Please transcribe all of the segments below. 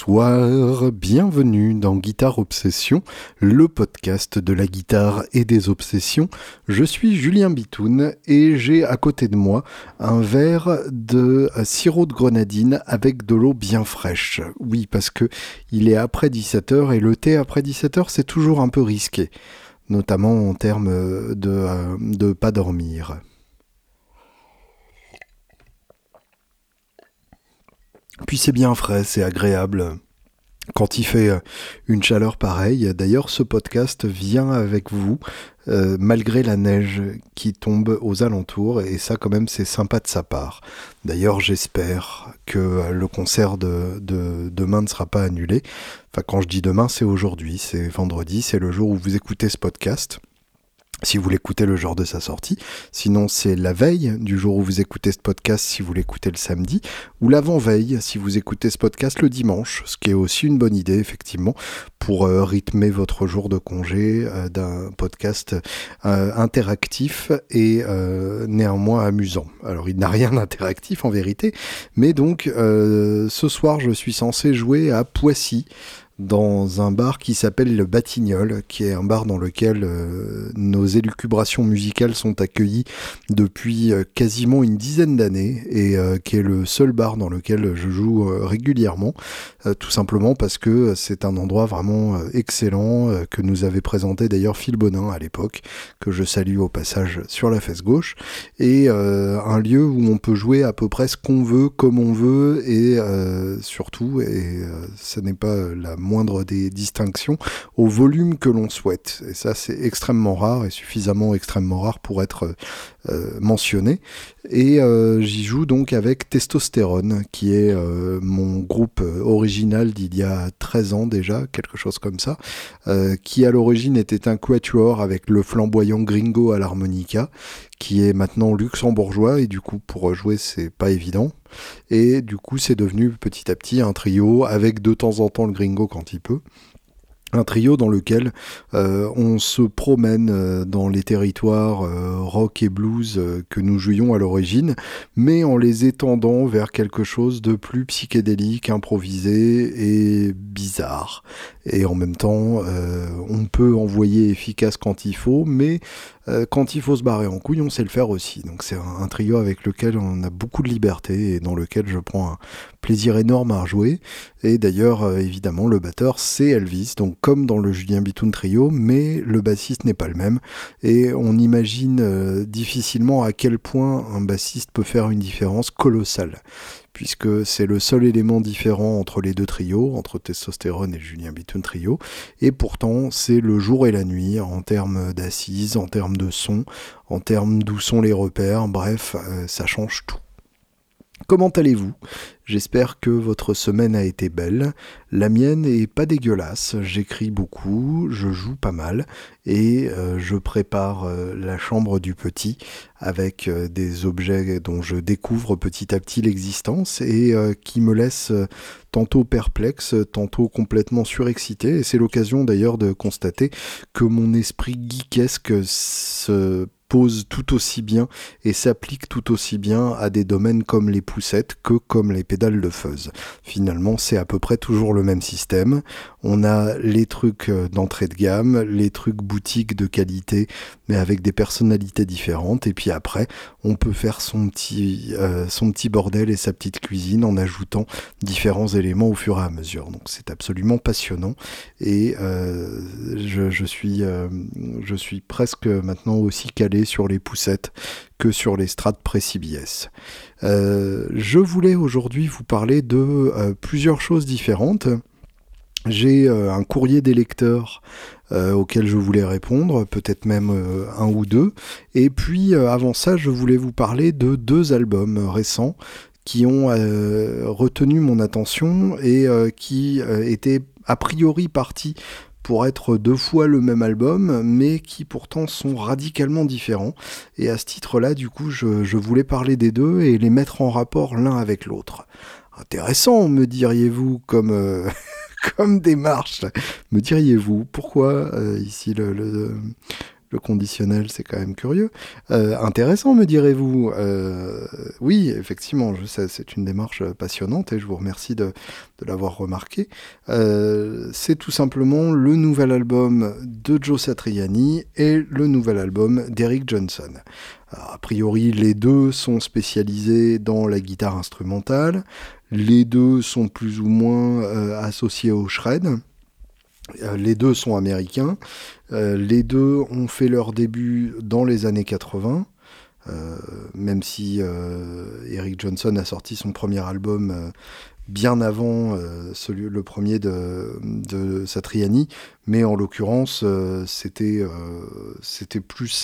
Bonsoir, bienvenue dans Guitare Obsession, le podcast de la guitare et des obsessions. Je suis Julien Bitoun et j'ai à côté de moi un verre de sirop de grenadine avec de l'eau bien fraîche. Oui, parce que il est après 17h et le thé après 17h c'est toujours un peu risqué, notamment en termes de pas dormir. Puis c'est bien frais, c'est agréable quand il fait une chaleur pareille. D'ailleurs, ce podcast vient avec vous, malgré la neige qui tombe aux alentours, et ça quand même c'est sympa de sa part. D'ailleurs, j'espère que le concert de demain ne sera pas annulé. Enfin, quand je dis demain, c'est aujourd'hui, c'est vendredi, c'est le jour où vous écoutez ce podcast. Si vous l'écoutez le jour de sa sortie, sinon c'est la veille du jour où vous écoutez ce podcast si vous l'écoutez le samedi, ou l'avant-veille si vous écoutez ce podcast le dimanche, ce qui est aussi une bonne idée effectivement pour rythmer votre jour de congé d'un podcast interactif et néanmoins amusant. Alors il n'a rien d'interactif en vérité, mais donc ce soir je suis censé jouer à Poissy, dans un bar qui s'appelle le Batignolles, qui est un bar dans lequel nos élucubrations musicales sont accueillies depuis quasiment une dizaine d'années, et qui est le seul bar dans lequel je joue régulièrement, tout simplement parce que c'est un endroit vraiment excellent, que nous avait présenté d'ailleurs Phil Bonin à l'époque, que je salue au passage sur la fesse gauche, et un lieu où on peut jouer à peu près ce qu'on veut, comme on veut, et surtout, et ce n'est pas la moindre des distinctions, au volume que l'on souhaite. Et ça, c'est extrêmement rare et suffisamment extrêmement rare pour être mentionné. Et j'y joue donc avec Testostérone, qui est mon groupe original d'il y a 13 ans déjà, quelque chose comme ça, qui à l'origine était un quatuor avec le flamboyant Gringo à l'harmonica, qui est maintenant luxembourgeois, et du coup pour jouer c'est pas évident. Et du coup c'est devenu petit à petit un trio avec de temps en temps le Gringo quand il peut. Un trio dans lequel on se promène dans les territoires rock et blues que nous jouions à l'origine, mais en les étendant vers quelque chose de plus psychédélique, improvisé et bizarre. Et en même temps, on peut envoyer efficace quand il faut, mais quand il faut se barrer en couille, on sait le faire aussi. Donc c'est un trio avec lequel on a beaucoup de liberté et dans lequel je prends un plaisir énorme à jouer. Et d'ailleurs, évidemment, le batteur, c'est Elvis, donc comme dans le Julien Bitoun Trio, mais le bassiste n'est pas le même. Et on imagine difficilement à quel point un bassiste peut faire une différence colossale, puisque c'est le seul élément différent entre les deux trios, entre Testostérone et Julien Bitoun Trio, et pourtant c'est le jour et la nuit en termes d'assises, en termes de son, en termes d'où sont les repères, bref, ça change tout. Comment allez-vous ? J'espère que votre semaine a été belle. La mienne est pas dégueulasse. J'écris beaucoup, je joue pas mal et je prépare la chambre du petit avec des objets dont je découvre petit à petit l'existence et qui me laissent tantôt perplexe, tantôt complètement surexcité. Et c'est l'occasion d'ailleurs de constater que mon esprit geekesque se pose tout aussi bien et s'applique tout aussi bien à des domaines comme les poussettes que comme les pédales de fuzz. Finalement, c'est à peu près toujours le même système. On a les trucs d'entrée de gamme, les trucs boutiques de qualité, mais avec des personnalités différentes. Et puis après, on peut faire son petit bordel et sa petite cuisine en ajoutant différents éléments au fur et à mesure. Donc c'est absolument passionnant. Et je suis presque maintenant aussi calé sur les poussettes que sur les Strat pré-CBS. Je voulais aujourd'hui vous parler de plusieurs choses différentes. J'ai un courrier des lecteurs auquel je voulais répondre, peut-être même un ou deux. Et puis avant ça, je voulais vous parler de 2 albums récents qui ont retenu mon attention et qui étaient a priori partis pour être 2 fois le même album, mais qui pourtant sont radicalement différents. Et à ce titre-là, du coup, je voulais parler des deux et les mettre en rapport l'un avec l'autre. Intéressant, me diriez-vous, comme démarche. Me diriez-vous, pourquoi ici Le conditionnel, c'est quand même curieux. Intéressant, me direz-vous. Oui, effectivement, je sais, c'est une démarche passionnante et je vous remercie de l'avoir remarqué. C'est tout simplement le nouvel album de Joe Satriani et le nouvel album d'Eric Johnson. Alors, a priori, les deux sont spécialisés dans la guitare instrumentale. Les deux sont plus ou moins associés au shred. Les deux sont américains. Les deux ont fait leur début dans les années 80. Même si Eric Johnson a sorti son premier album bien avant le premier de Satriani, mais en l'occurrence c'était plus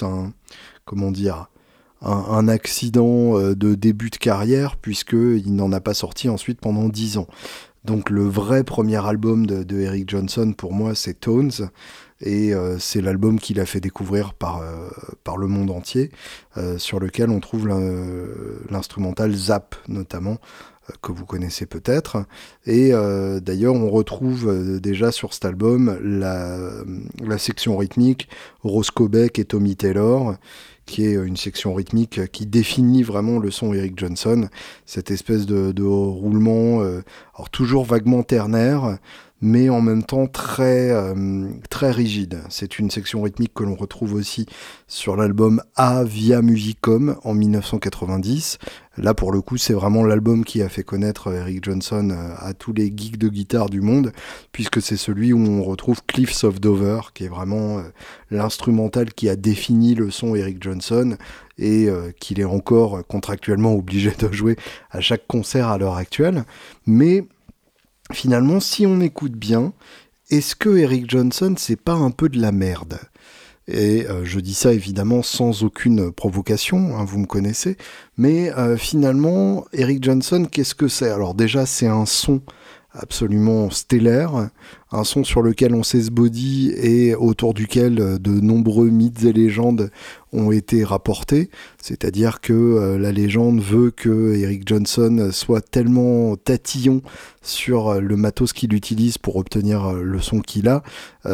un accident de début de carrière, puisqu'il n'en a pas sorti ensuite pendant 10 ans. Donc le vrai premier album de Eric Johnson, pour moi, c'est Tones, et c'est l'album qu'il a fait découvrir par le monde entier, sur lequel on trouve l'instrumental Zap, notamment, que vous connaissez peut-être. Et d'ailleurs, on retrouve déjà sur cet album la section rythmique Roscoe Beck et Tommy Taylor, qui est une section rythmique qui définit vraiment le son Eric Johnson, cette espèce de roulement, alors toujours vaguement ternaire, mais en même temps très rigide. C'est une section rythmique que l'on retrouve aussi sur l'album A Via Musicom en 1990. Là, pour le coup, c'est vraiment l'album qui a fait connaître Eric Johnson à tous les geeks de guitare du monde, puisque c'est celui où on retrouve Cliffs of Dover, qui est vraiment l'instrumental qui a défini le son Eric Johnson, et qu'il est encore contractuellement obligé de jouer à chaque concert à l'heure actuelle. Mais finalement, si on écoute bien, est-ce que Eric Johnson, c'est pas un peu de la merde ? Et je dis ça évidemment sans aucune provocation, hein, vous me connaissez, mais finalement, Eric Johnson, qu'est-ce que c'est ? Alors déjà, c'est un son absolument stellaire, un son sur lequel on s'esbaudit et autour duquel de nombreux mythes et légendes ont été rapportés, c'est-à-dire que la légende veut que Eric Johnson soit tellement tatillon sur le matos qu'il utilise pour obtenir le son qu'il a,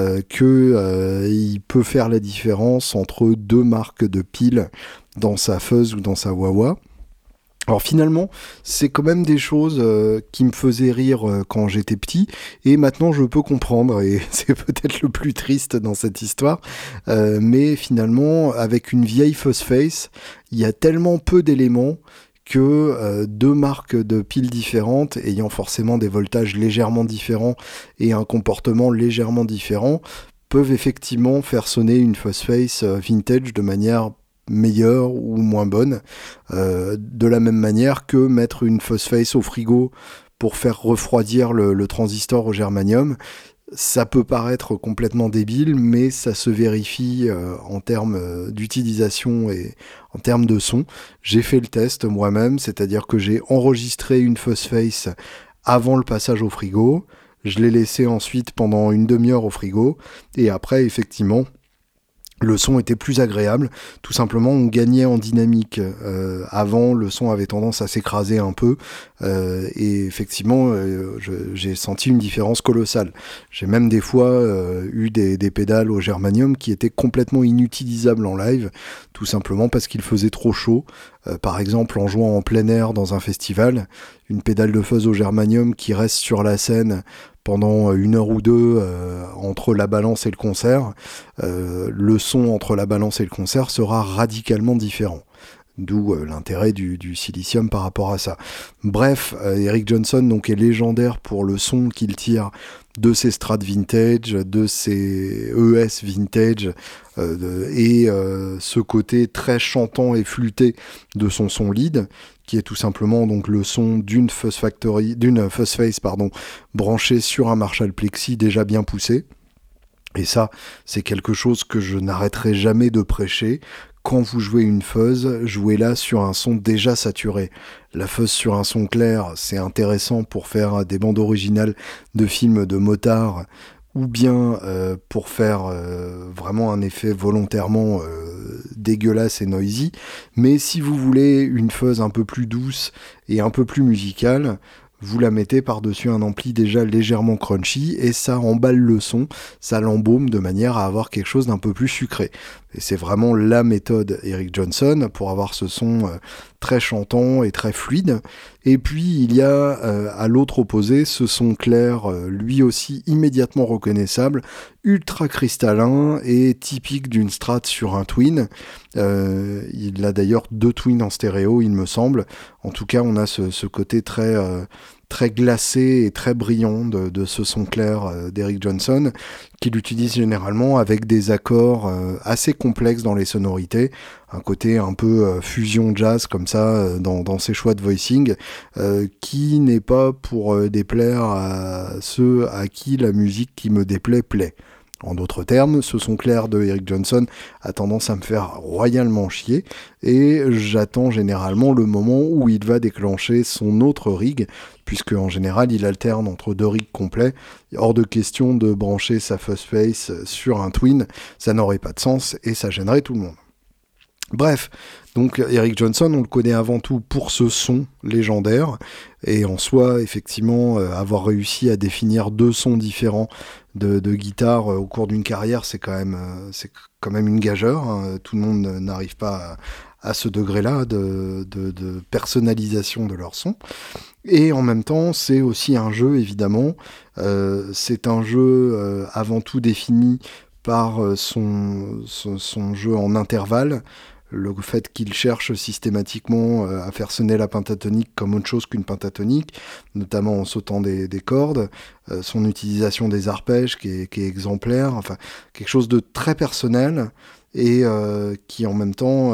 qu'il peut faire la différence entre deux marques de piles dans sa fuzz ou dans sa wah-wah. Alors finalement, c'est quand même des choses qui me faisaient rire quand j'étais petit, et maintenant je peux comprendre, et c'est peut-être le plus triste dans cette histoire, mais finalement, avec une vieille Fuzzface, il y a tellement peu d'éléments que deux marques de piles différentes, ayant forcément des voltages légèrement différents et un comportement légèrement différent, peuvent effectivement faire sonner une Fuzzface vintage de manière meilleure ou moins bonne, de la même manière que mettre une Fuzzface au frigo pour faire refroidir le transistor au germanium. Ça peut paraître complètement débile, mais ça se vérifie en termes d'utilisation et en termes de son. J'ai fait le test moi-même, c'est-à-dire que j'ai enregistré une Fuzzface avant le passage au frigo, je l'ai laissé ensuite pendant une demi-heure au frigo, et après, effectivement, le son était plus agréable, tout simplement on gagnait en dynamique. Avant, le son avait tendance à s'écraser un peu, et effectivement, j'ai senti une différence colossale. J'ai même des fois eu des pédales au germanium qui étaient complètement inutilisables en live, tout simplement parce qu'il faisait trop chaud. Par exemple, en jouant en plein air dans un festival, une pédale de fuzz au germanium qui reste sur la scène pendant 1 heure ou 2 entre la balance et le concert, le son entre la balance et le concert sera radicalement différent. D'où l'intérêt du silicium par rapport à ça. Bref, Eric Johnson donc, est légendaire pour le son qu'il tire de ses Strat vintage, de ses ES vintage, et ce côté très chantant et flûté de son son lead, qui est tout simplement donc le son d'une Fuzzface branchée sur un Marshall Plexi déjà bien poussé. Et ça, c'est quelque chose que je n'arrêterai jamais de prêcher. Quand vous jouez une fuzz, jouez-la sur un son déjà saturé. La fuzz sur un son clair, c'est intéressant pour faire des bandes originales de films de motards, ou bien pour faire vraiment un effet volontairement dégueulasse et noisy. Mais si vous voulez une fuzz un peu plus douce et un peu plus musicale, vous la mettez par-dessus un ampli déjà légèrement crunchy et ça emballe le son, ça l'embaume de manière à avoir quelque chose d'un peu plus sucré. Et c'est vraiment la méthode Eric Johnson pour avoir ce son très chantant et très fluide. Et puis il y a à l'autre opposé ce son clair, lui aussi immédiatement reconnaissable, ultra cristallin et typique d'une strat sur un twin. Il a d'ailleurs 2 twins en stéréo, il me semble. En tout cas, on a ce côté très glacé et très brillant de ce son clair d'Eric Johnson, qu'il utilise généralement avec des accords assez complexes dans les sonorités, un côté un peu fusion jazz comme ça dans ses choix de voicing, qui n'est pas pour déplaire à ceux à qui la musique qui me déplaît plaît. En d'autres termes, ce son clair de Eric Johnson a tendance à me faire royalement chier et j'attends généralement le moment où il va déclencher son autre rig, puisque en général il alterne entre 2 rigs complets. Hors de question de brancher sa fuzz face sur un twin, ça n'aurait pas de sens et ça gênerait tout le monde. Bref, donc Eric Johnson, on le connaît avant tout pour ce son légendaire, et en soi, effectivement, avoir réussi à définir 2 sons différents de guitare au cours d'une carrière, c'est quand même une gageure, hein. Tout le monde n'arrive pas à ce degré-là de personnalisation de leur son. Et en même temps, c'est aussi un jeu, évidemment. C'est un jeu avant tout défini par son jeu en intervalle, le fait qu'il cherche systématiquement à faire sonner la pentatonique comme autre chose qu'une pentatonique, notamment en sautant des cordes, son utilisation des arpèges qui est exemplaire, enfin quelque chose de très personnel et qui en même temps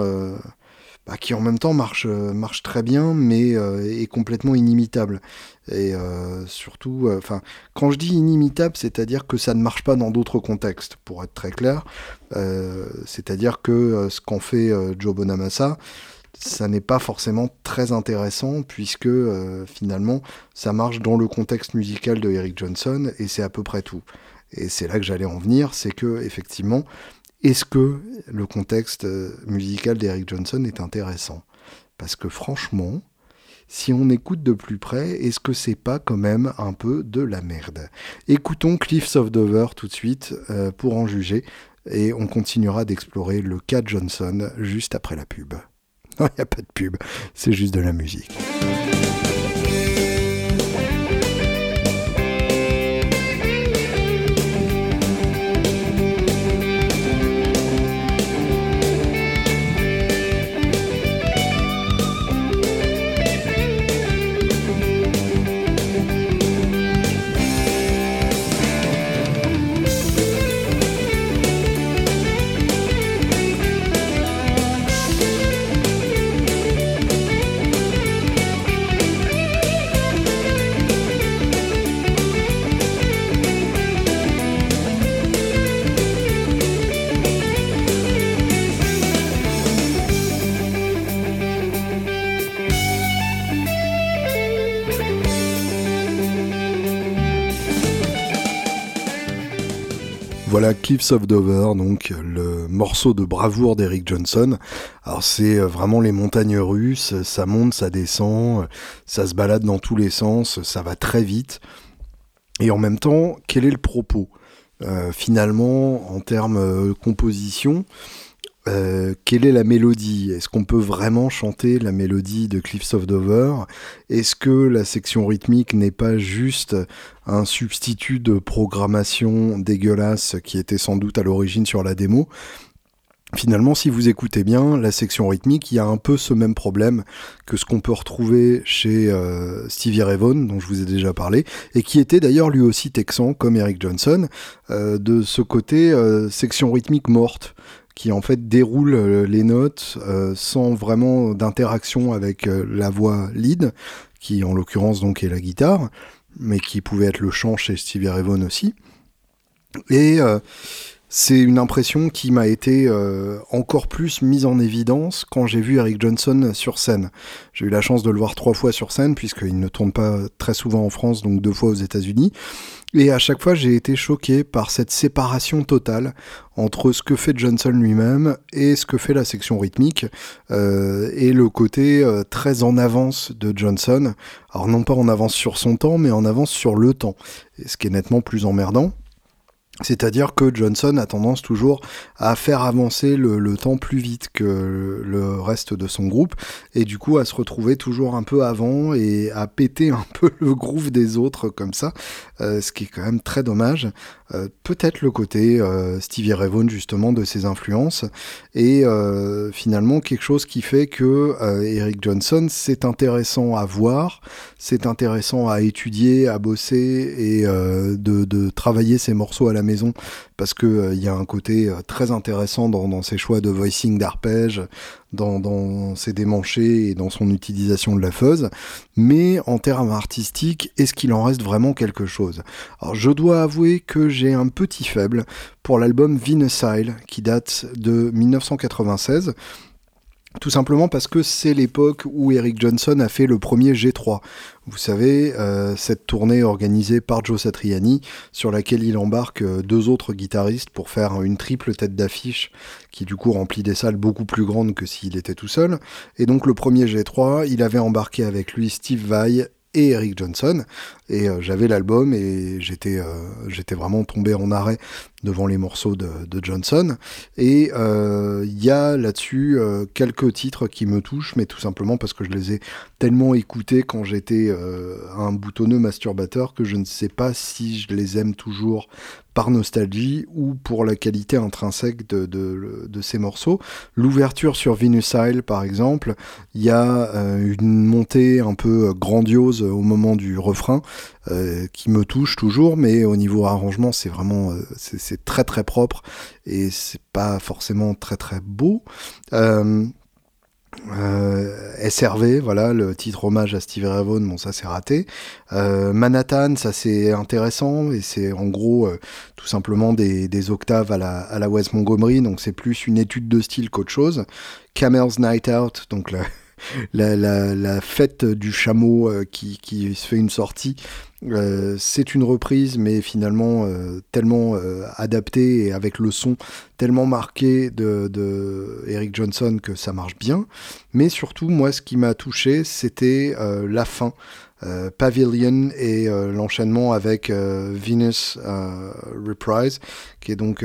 marche très bien, mais est complètement inimitable. Et surtout, quand je dis inimitable, c'est-à-dire que ça ne marche pas dans d'autres contextes, pour être très clair. C'est-à-dire que ce qu'en fait Joe Bonamassa, ça n'est pas forcément très intéressant, puisque finalement, ça marche dans le contexte musical de Eric Johnson, et c'est à peu près tout. Et c'est là que j'allais en venir, c'est que effectivement, est-ce que le contexte musical d'Eric Johnson est intéressant ? Parce que franchement, si on écoute de plus près, est-ce que c'est pas quand même un peu de la merde ? Écoutons Cliffs of Dover tout de suite pour en juger, et on continuera d'explorer le cas Johnson juste après la pub. Non, il n'y a pas de pub, c'est juste de la musique. Voilà Cliffs of Dover, donc le morceau de bravoure d'Eric Johnson. Alors c'est vraiment les montagnes russes, ça monte, ça descend, ça se balade dans tous les sens, ça va très vite. Et en même temps, quel est le propos ? Finalement, en termes composition, quelle est la mélodie ? Est-ce qu'on peut vraiment chanter la mélodie de Cliffs of Dover ? Est-ce que la section rythmique n'est pas juste un substitut de programmation dégueulasse qui était sans doute à l'origine sur la démo ? Finalement, si vous écoutez bien, la section rythmique, il y a un peu ce même problème que ce qu'on peut retrouver chez Stevie Ray Vaughan, dont je vous ai déjà parlé, et qui était d'ailleurs lui aussi texan, comme Eric Johnson, de ce côté section rythmique morte, qui en fait déroule les notes sans vraiment d'interaction avec la voix lead, qui en l'occurrence donc est la guitare, mais qui pouvait être le chant chez Stevie Ray Vaughan aussi. Et C'est une impression qui m'a été encore plus mise en évidence quand j'ai vu Eric Johnson sur scène. J'ai eu la chance de le voir 3 fois sur scène, puisqu'il ne tourne pas très souvent en France, donc 2 fois aux États-Unis. Et à chaque fois, j'ai été choqué par cette séparation totale entre ce que fait Johnson lui-même et ce que fait la section rythmique, et le côté très en avance de Johnson. Alors non pas en avance sur son temps, mais en avance sur le temps, et ce qui est nettement plus emmerdant. C'est-à-dire que Johnson a tendance toujours à faire avancer le temps plus vite que le reste de son groupe, et du coup à se retrouver toujours un peu avant et à péter un peu le groove des autres comme ça, ce qui est quand même très dommage. Peut-être le côté Stevie Ray Vaughan justement de ses influences, et finalement quelque chose qui fait que Eric Johnson, c'est intéressant à voir, c'est intéressant à étudier, à bosser et de travailler ses morceaux à la maison, parce que y a un côté très intéressant dans ses choix de voicing, d'arpège, dans ses démanchés et dans son utilisation de la fuzz. Mais en termes artistiques, est-ce qu'il en reste vraiment quelque chose? Alors je dois avouer que j'ai un petit faible pour l'album Vinecile, qui date de 1996. Tout simplement parce que c'est l'époque où Eric Johnson a fait le premier G3. Vous savez, cette tournée organisée par Joe Satriani, sur laquelle il embarque 2 autres guitaristes pour faire une triple tête d'affiche, qui du coup remplit des salles beaucoup plus grandes que s'il était tout seul. Et donc le premier G3, il avait embarqué avec lui Steve Vai et Eric Johnson, et j'avais l'album et j'étais vraiment tombé en arrêt devant les morceaux de Johnson, et il y a là-dessus quelques titres qui me touchent, mais tout simplement parce que je les ai tellement écoutés quand j'étais un boutonneux masturbateur que je ne sais pas si je les aime toujours par nostalgie ou pour la qualité intrinsèque de ces morceaux. L'ouverture sur Vinecile par exemple, il y a une montée un peu grandiose au moment du refrain, qui me touche toujours, mais au niveau arrangement c'est vraiment c'est très très propre et c'est pas forcément très très beau. SRV, voilà, le titre hommage à Stevie Ray Vaughan, bon ça c'est raté. Manhattan, ça c'est intéressant, et c'est en gros tout simplement des octaves à la Wes Montgomery, donc c'est plus une étude de style qu'autre chose. Camel's Night Out, donc la fête du chameau qui se fait une sortie, c'est une reprise, mais finalement tellement adaptée et avec le son tellement marqué de Eric Johnson que ça marche bien. Mais surtout, moi, ce qui m'a touché, c'était la fin. Pavilion et l'enchaînement avec Venus Reprise, qui est donc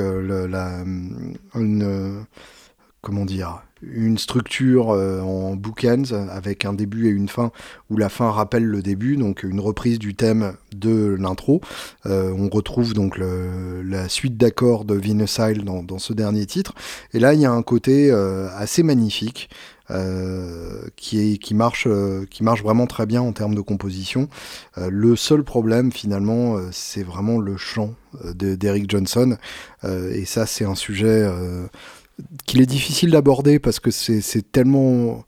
une structure en bookends avec un début et une fin où la fin rappelle le début, donc une reprise du thème de l'intro. On retrouve donc la suite d'accords de Vinecile dans ce dernier titre, et là il y a un côté assez magnifique qui marche vraiment très bien en termes de composition. Le seul problème finalement c'est vraiment le chant d'Eric Johnson, et ça c'est un sujet qu'il est difficile d'aborder parce que c'est tellement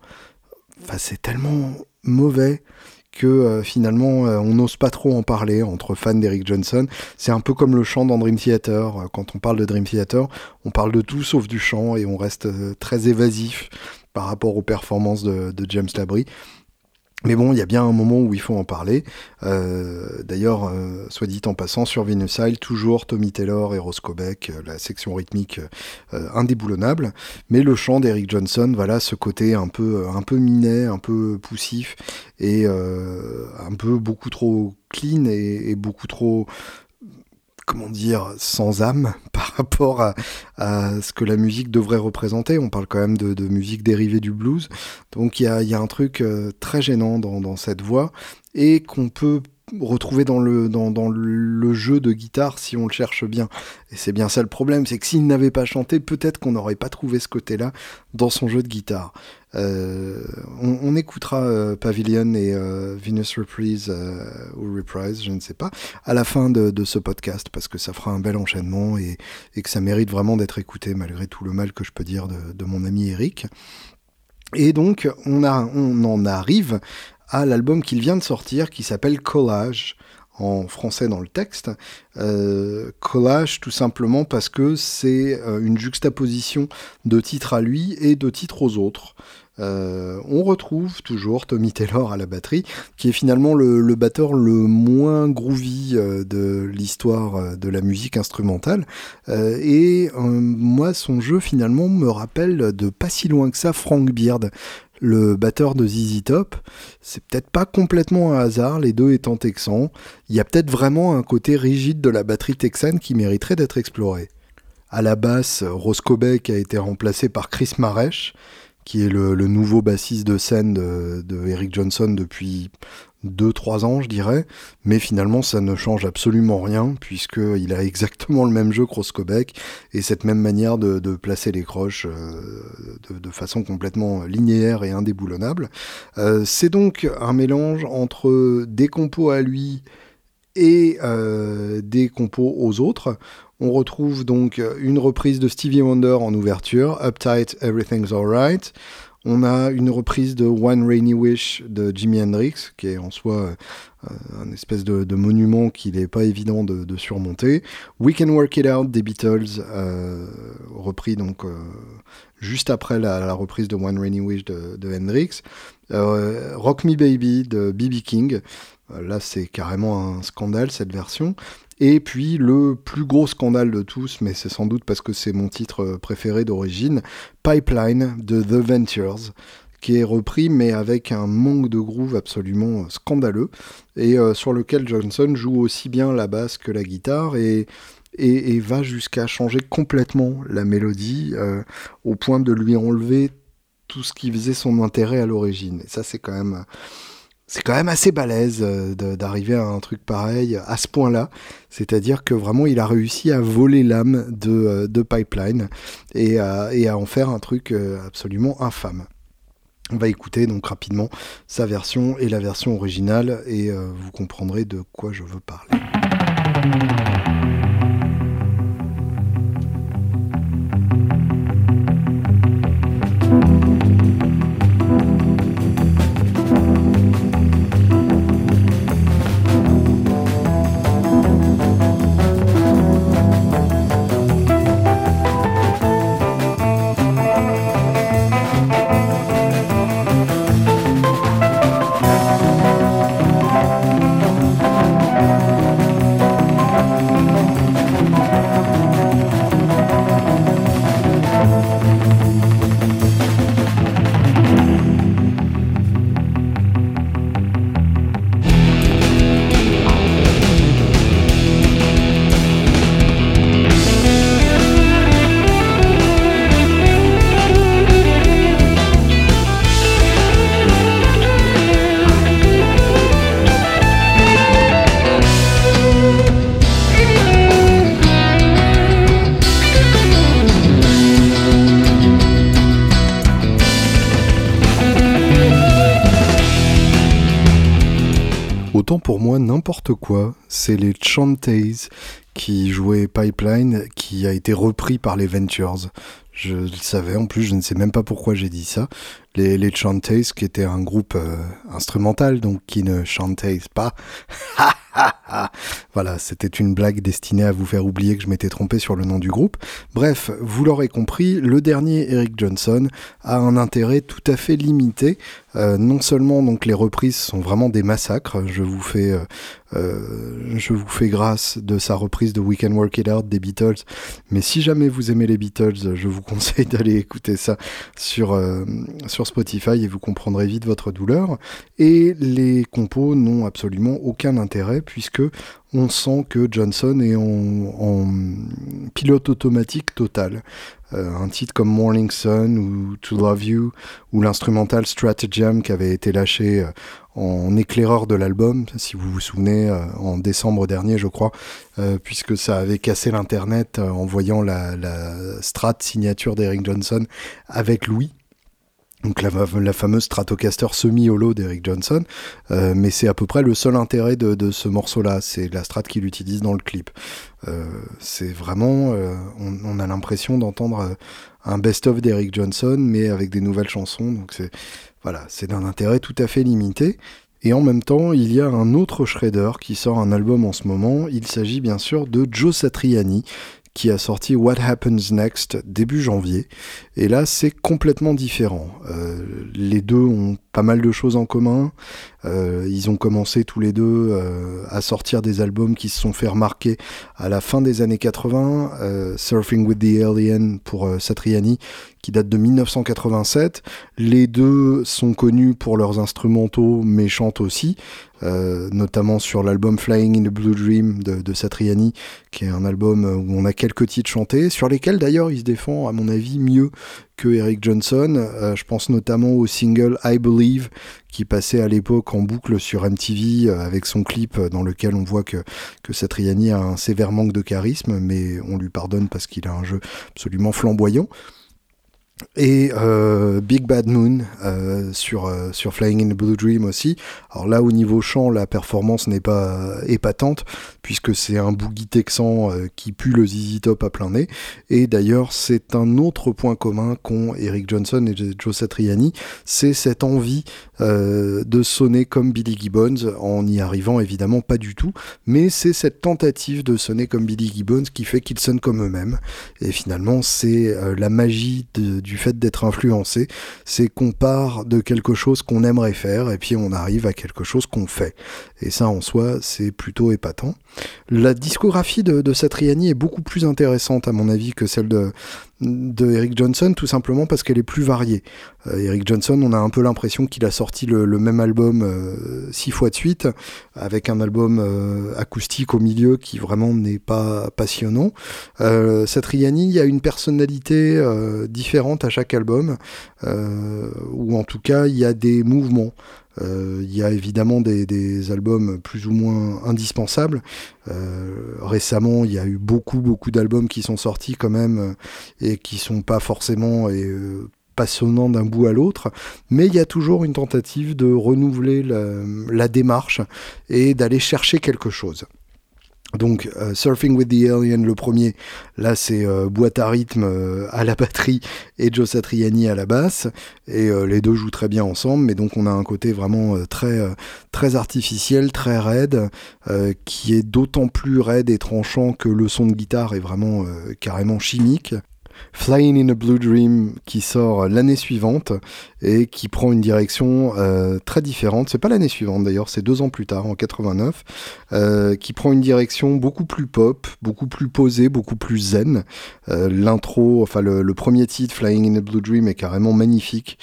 mauvais que finalement on n'ose pas trop en parler entre fans d'Eric Johnson. C'est un peu comme le chant dans Dream Theater. Quand on parle de Dream Theater, on parle de tout sauf du chant, et on reste très évasif par rapport aux performances de James Labrie. Mais bon, il y a bien un moment où il faut en parler. D'ailleurs, soit dit en passant, sur Vinecile, toujours Tommy Taylor et Rose Cobeck, la section rythmique indéboulonnable. Mais le chant d'Eric Johnson, voilà, ce côté un peu minet, un peu poussif, et un peu beaucoup trop clean et beaucoup trop, comment dire, sans âme par rapport à ce que la musique devrait représenter. On parle quand même de musique dérivée du blues, donc il y a un truc très gênant dans cette voix, et qu'on peut retrouver dans le jeu de guitare si on le cherche bien. Et c'est bien ça le problème, c'est que s'il n'avait pas chanté, peut-être qu'on n'aurait pas trouvé ce côté-là dans son jeu de guitare. On écoutera Pavilion et Venus Reprise ou Reprise, je ne sais pas, à la fin de ce podcast, parce que ça fera un bel enchaînement et que ça mérite vraiment d'être écouté malgré tout le mal que je peux dire de mon ami Eric. Et donc on en arrive à l'album qu'il vient de sortir, qui s'appelle Collage, en français dans le texte. Collage tout simplement parce que c'est une juxtaposition de titres à lui et de titres aux autres. On retrouve toujours Tommy Taylor à la batterie, qui est finalement le batteur le moins groovy de l'histoire de la musique instrumentale. Moi, son jeu finalement me rappelle de pas si loin que ça Frank Beard, le batteur de ZZ Top. C'est peut-être pas complètement un hasard, les deux étant texans. Il y a peut-être vraiment un côté rigide de la batterie texane qui mériterait d'être exploré. À la basse, Roscoe Beck a été remplacé par Chris Maresh, qui est le nouveau bassiste de scène de Eric Johnson depuis 2-3 ans, je dirais. Mais finalement, ça ne change absolument rien, puisqu'il a exactement le même jeu que Roscoe Beck, et cette même manière de placer les croches de façon complètement linéaire et indéboulonnable. C'est donc un mélange entre des compos à lui et des compos aux autres. On retrouve donc une reprise de Stevie Wonder en ouverture, Uptight, Everything's Alright. On a une reprise de One Rainy Wish de Jimi Hendrix, qui est en soi un espèce de monument qu'il n'est pas évident de surmonter. We Can Work It Out des Beatles, repris donc juste après la reprise de One Rainy Wish de Hendrix. Rock Me Baby de B.B. King. Là, c'est carrément un scandale, cette version. Et puis, le plus gros scandale de tous, mais c'est sans doute parce que c'est mon titre préféré d'origine, Pipeline de The Ventures, qui est repris, mais avec un manque de groove absolument scandaleux, et sur lequel Johnson joue aussi bien la basse que la guitare, et va jusqu'à changer complètement la mélodie, au point de lui enlever tout ce qui faisait son intérêt à l'origine. Et ça, c'est quand même assez balèze d'arriver à un truc pareil à ce point-là. C'est-à-dire que vraiment, il a réussi à voler l'âme de Pipeline et à en faire un truc absolument infâme. On va écouter donc rapidement sa version et la version originale, et vous comprendrez de quoi je veux parler. Autant pour moi, n'importe quoi, c'est les Chantays qui jouaient Pipeline, qui a été repris par les Ventures. Je le savais, en plus, je ne sais même pas pourquoi j'ai dit ça. Les Chantays, qui étaient un groupe instrumental, donc qui ne chantaient pas. Voilà, c'était une blague destinée à vous faire oublier que je m'étais trompé sur le nom du groupe. Bref, vous l'aurez compris, le dernier Eric Johnson a un intérêt tout à fait limité. Non seulement donc les reprises sont vraiment des massacres, je vous fais grâce de sa reprise de We Can Work It Out des Beatles, mais si jamais vous aimez les Beatles, je vous conseille d'aller écouter ça sur Spotify et vous comprendrez vite votre douleur. Et les compos n'ont absolument aucun intérêt puisque on sent que Johnson est en pilote automatique total. Un titre comme Morning Sun ou To Love You ou l'instrumental Stratagem qui avait été lâché en éclaireur de l'album, si vous vous souvenez, en décembre dernier je crois, puisque ça avait cassé l'internet en voyant la strat signature d'Eric Johnson avec Louis. Donc la fameuse Stratocaster semi-holo d'Eric Johnson, mais c'est à peu près le seul intérêt de ce morceau-là, c'est la strat qu'il utilise dans le clip. C'est vraiment, on a l'impression d'entendre un best-of d'Eric Johnson, mais avec des nouvelles chansons, donc c'est d'un intérêt tout à fait limité. Et en même temps, il y a un autre shredder qui sort un album en ce moment. Il s'agit bien sûr de Joe Satriani, qui a sorti What Happens Next début janvier. Et là, c'est complètement différent. Les deux ont pas mal de choses en commun. Ils ont commencé tous les deux à sortir des albums qui se sont fait remarquer à la fin des années 80. Surfing with the Alien pour Satriani, qui date de 1987. Les deux sont connus pour leurs instrumentaux, mais chantent aussi. Notamment sur l'album Flying in a Blue Dream de Satriani, qui est un album où on a quelques titres chantés, sur lesquels d'ailleurs il se défend, à mon avis, mieux que Eric Johnson. Je pense notamment au single I Believe, qui passait à l'époque en boucle sur MTV, avec son clip dans lequel on voit que Satriani a un sévère manque de charisme, mais on lui pardonne parce qu'il a un jeu absolument flamboyant. Et Big Bad Moon sur Flying in the Blue Dream aussi. Alors là, au niveau chant, la performance n'est pas épatante, puisque c'est un boogie texan qui pue le ZZ Top à plein nez. Et d'ailleurs, c'est un autre point commun qu'ont Eric Johnson et Joe Satriani, c'est cette envie de sonner comme Billy Gibbons, en n'y arrivant évidemment pas du tout, mais c'est cette tentative de sonner comme Billy Gibbons qui fait qu'ils sonnent comme eux-mêmes. Et finalement, c'est la magie du fait d'être influencé, c'est qu'on part de quelque chose qu'on aimerait faire et puis on arrive à quelque chose qu'on fait. Et ça en soi, c'est plutôt épatant. La discographie de Satriani est beaucoup plus intéressante à mon avis que celle de Eric Johnson, tout simplement parce qu'elle est plus variée. Eric Johnson, on a un peu l'impression qu'il a sorti le même album 6 fois de suite, avec un album acoustique au milieu qui vraiment n'est pas passionnant. Satriani, il y a une personnalité différente à chaque album, ou en tout cas il y a des mouvements. Il y a évidemment des albums plus ou moins indispensables. Récemment, il y a eu beaucoup d'albums qui sont sortis quand même et qui sont pas forcément passionnants d'un bout à l'autre, mais il y a toujours une tentative de renouveler la démarche et d'aller chercher quelque chose. Donc Surfing with the Alien, le premier, là c'est boîte à rythme à la batterie et Joe Satriani à la basse, et les deux jouent très bien ensemble, mais donc on a un côté vraiment très artificiel, très raide, qui est d'autant plus raide et tranchant que le son de guitare est vraiment carrément chimique. Flying in a Blue Dream qui sort l'année suivante et qui prend une direction très différente. C'est pas l'année suivante d'ailleurs, c'est 2 ans plus tard, en 89, qui prend une direction beaucoup plus pop, beaucoup plus posée, beaucoup plus zen. L'intro, enfin le premier titre, Flying in a Blue Dream, est carrément magnifique.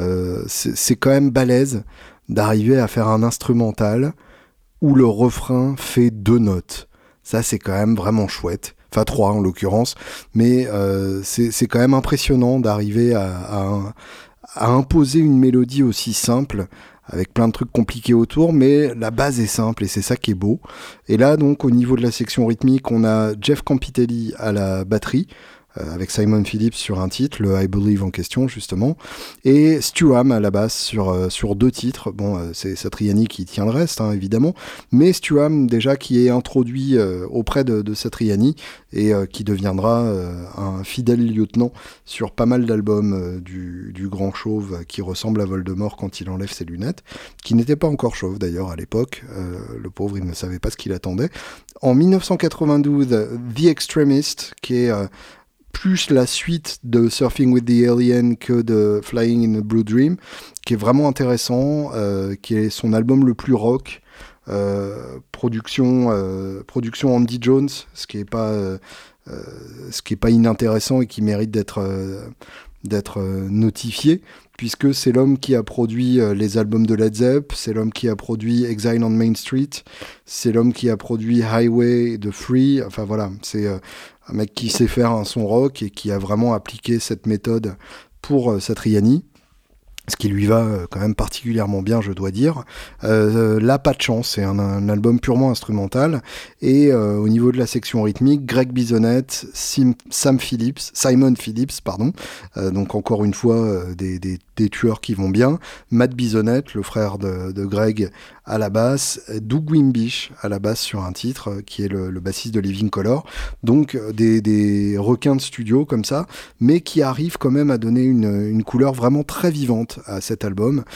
C'est quand même balèze d'arriver à faire un instrumental où le refrain fait 2 notes. Ça, c'est quand même vraiment chouette. Enfin 3 en l'occurrence, mais c'est quand même impressionnant d'arriver à imposer une mélodie aussi simple, avec plein de trucs compliqués autour, mais la base est simple et c'est ça qui est beau. Et là donc au niveau de la section rythmique, on a Jeff Campitelli à la batterie, avec Simon Phillips sur un titre, le I Believe en question justement, et Stu Hamm à la basse sur 2 titres. Bon, c'est Satriani qui tient le reste, hein, évidemment, mais Stu Hamm déjà qui est introduit auprès de Satriani et qui deviendra un fidèle lieutenant sur pas mal d'albums du grand chauve qui ressemble à Voldemort quand il enlève ses lunettes, qui n'était pas encore chauve d'ailleurs à l'époque, le pauvre il ne savait pas ce qu'il attendait. En 1992, The Extremist, qui est plus la suite de Surfing with the Alien que de Flying in a Blue Dream, qui est vraiment intéressant, qui est son album le plus rock, production Andy Jones, ce qui est pas inintéressant et qui mérite d'être notifié, puisque c'est l'homme qui a produit les albums de Led Zepp, c'est l'homme qui a produit Exile on Main Street, c'est l'homme qui a produit Highway de Free, enfin voilà, c'est un mec qui sait faire un son rock et qui a vraiment appliqué cette méthode pour Satriani, ce qui lui va quand même particulièrement bien, je dois dire. Là, pas de chance, c'est un album purement instrumental, et au niveau de la section rythmique, Greg Bisonette, Simon Phillips, donc encore une fois des tueurs qui vont bien, Matt Bisonette, le frère de Greg, à la basse, Doug Wimbish à la basse sur un titre, qui est le bassiste de Living Colour, donc des requins de studio comme ça, mais qui arrivent quand même à donner une couleur vraiment très vivante à cet album.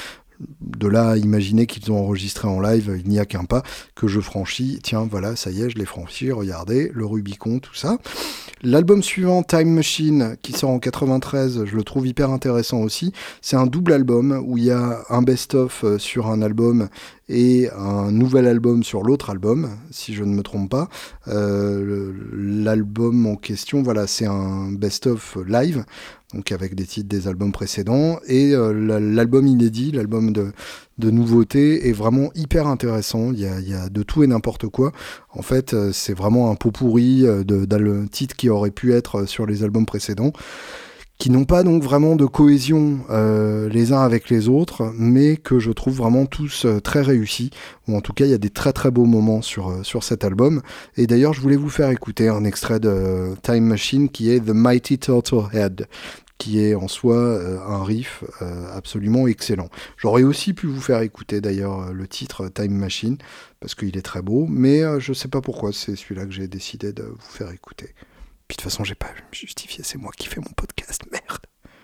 de là à imaginer qu'ils ont enregistré en live, il n'y a qu'un pas que je franchis. Tiens, voilà, ça y est, je l'ai franchi, regardez, le Rubicon, tout ça. L'album suivant, Time Machine, qui sort en 93, je le trouve hyper intéressant aussi. C'est un double album où il y a un best-of sur un album et un nouvel album sur l'autre album, si je ne me trompe pas. L'album en question, voilà, c'est un best-of live, donc avec des titres des albums précédents, et l'album inédit, l'album de nouveautés est vraiment hyper intéressant. Il y a de tout et n'importe quoi. En fait, c'est vraiment un pot pourri de titres qui auraient pu être sur les albums précédents, qui n'ont pas donc vraiment de cohésion les uns avec les autres, mais que je trouve vraiment tous très réussis, ou en tout cas il y a des très très beaux moments sur cet album. Et d'ailleurs je voulais vous faire écouter un extrait de Time Machine qui est The Mighty Turtle Head, qui est en soi un riff absolument excellent. J'aurais aussi pu vous faire écouter d'ailleurs le titre Time Machine, parce qu'il est très beau, mais je sais pas pourquoi c'est celui-là que j'ai décidé de vous faire écouter. Puis de toute façon, j'ai pas à me justifier, c'est moi qui fais mon podcast, merde.